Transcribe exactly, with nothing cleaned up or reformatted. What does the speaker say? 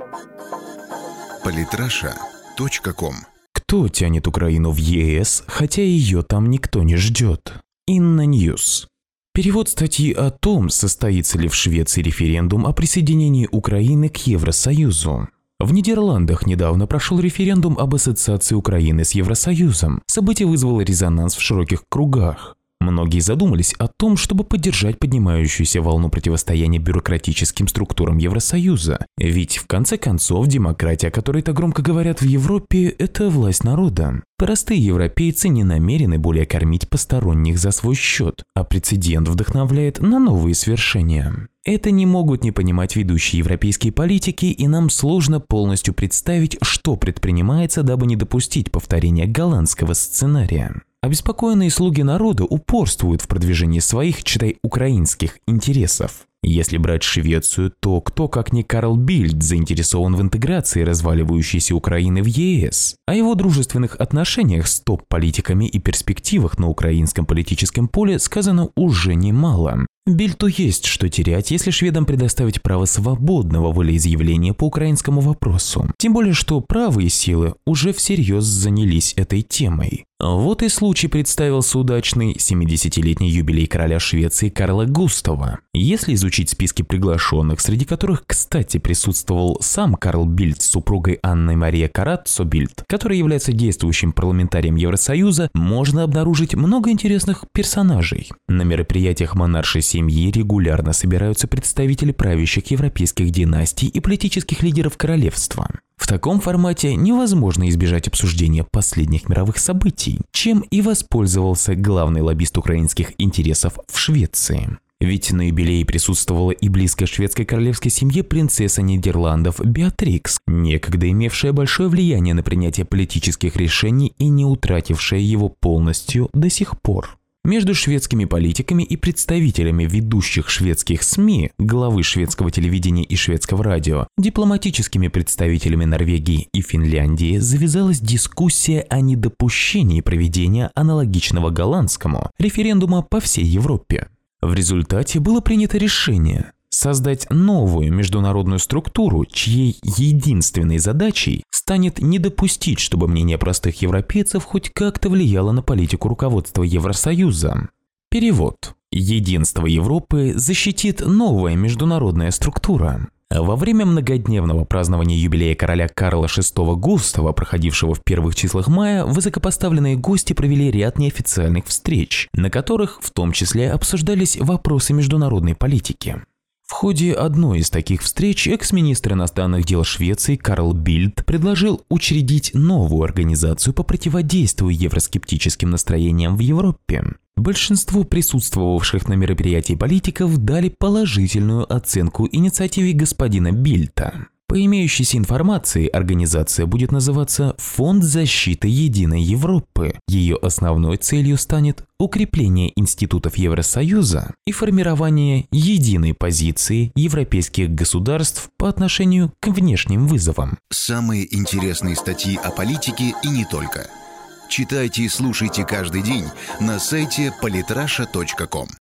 политраша точка ком. Кто тянет Украину в ЕС, хотя ее там никто не ждет? Инна Ньюс. Перевод статьи о том, состоится ли в Швеции референдум о присоединении Украины к Евросоюзу. В Нидерландах недавно прошел референдум об ассоциации Украины с Евросоюзом. Событие вызвало резонанс в широких кругах. Многие задумались о том, чтобы поддержать поднимающуюся волну противостояния бюрократическим структурам Евросоюза. Ведь, в конце концов, демократия, о которой так громко говорят в Европе, это власть народа. Простые европейцы не намерены более кормить посторонних за свой счет, а прецедент вдохновляет на новые свершения. Это не могут не понимать ведущие европейские политики, и нам сложно полностью представить, что предпринимается, дабы не допустить повторения голландского сценария. Обеспокоенные слуги народа упорствуют в продвижении своих, читай, украинских интересов. Если брать Швецию, то кто, как не Карл Бильд, заинтересован в интеграции разваливающейся Украины в ЕС? О его дружественных отношениях с топ-политиками и перспективах на украинском политическом поле сказано уже немало. Бильду есть что терять, если шведам предоставить право свободного волеизъявления по украинскому вопросу. Тем более, что правые силы уже всерьез занялись этой темой. Вот и случай представился удачный – семидесятилетний юбилей короля Швеции Карла Густава. Если изучить списки приглашенных, среди которых, кстати, присутствовал сам Карл Бильд с супругой Анной Мария Каратцо Бильд, которая является действующим парламентарием Евросоюза, можно обнаружить много интересных персонажей. На мероприятиях монаршей семьи регулярно собираются представители правящих европейских династий и политических лидеров королевства. В таком формате невозможно избежать обсуждения последних мировых событий, чем и воспользовался главный лоббист украинских интересов в Швеции. Ведь на юбилее присутствовала и близкая шведской королевской семье принцесса Нидерландов Беатрикс, некогда имевшая большое влияние на принятие политических решений и не утратившая его полностью до сих пор. Между шведскими политиками и представителями ведущих шведских СМИ, главы шведского телевидения и шведского радио, дипломатическими представителями Норвегии и Финляндии завязалась дискуссия о недопущении проведения аналогичного голландскому референдума по всей Европе. В результате было принято решение создать новую международную структуру, чьей единственной задачей станет не допустить, чтобы мнение простых европейцев хоть как-то влияло на политику руководства Евросоюза. Перевод. Единство Европы защитит новая международная структура. Во время многодневного празднования юбилея короля Карла шестого Густава, проходившего в первых числах мая, высокопоставленные гости провели ряд неофициальных встреч, на которых в том числе обсуждались вопросы международной политики. В ходе одной из таких встреч экс-министр иностранных дел Швеции Карл Бильд предложил учредить новую организацию по противодействию евроскептическим настроениям в Европе. Большинство присутствовавших на мероприятии политиков дали положительную оценку инициативе господина Бильда. По имеющейся информации, организация будет называться «Фонд защиты Единой Европы». Ее основной целью станет укрепление институтов Евросоюза и формирование единой позиции европейских государств по отношению к внешним вызовам. Самые интересные статьи о политике и не только. Читайте и слушайте каждый день на сайте политраша точка ком.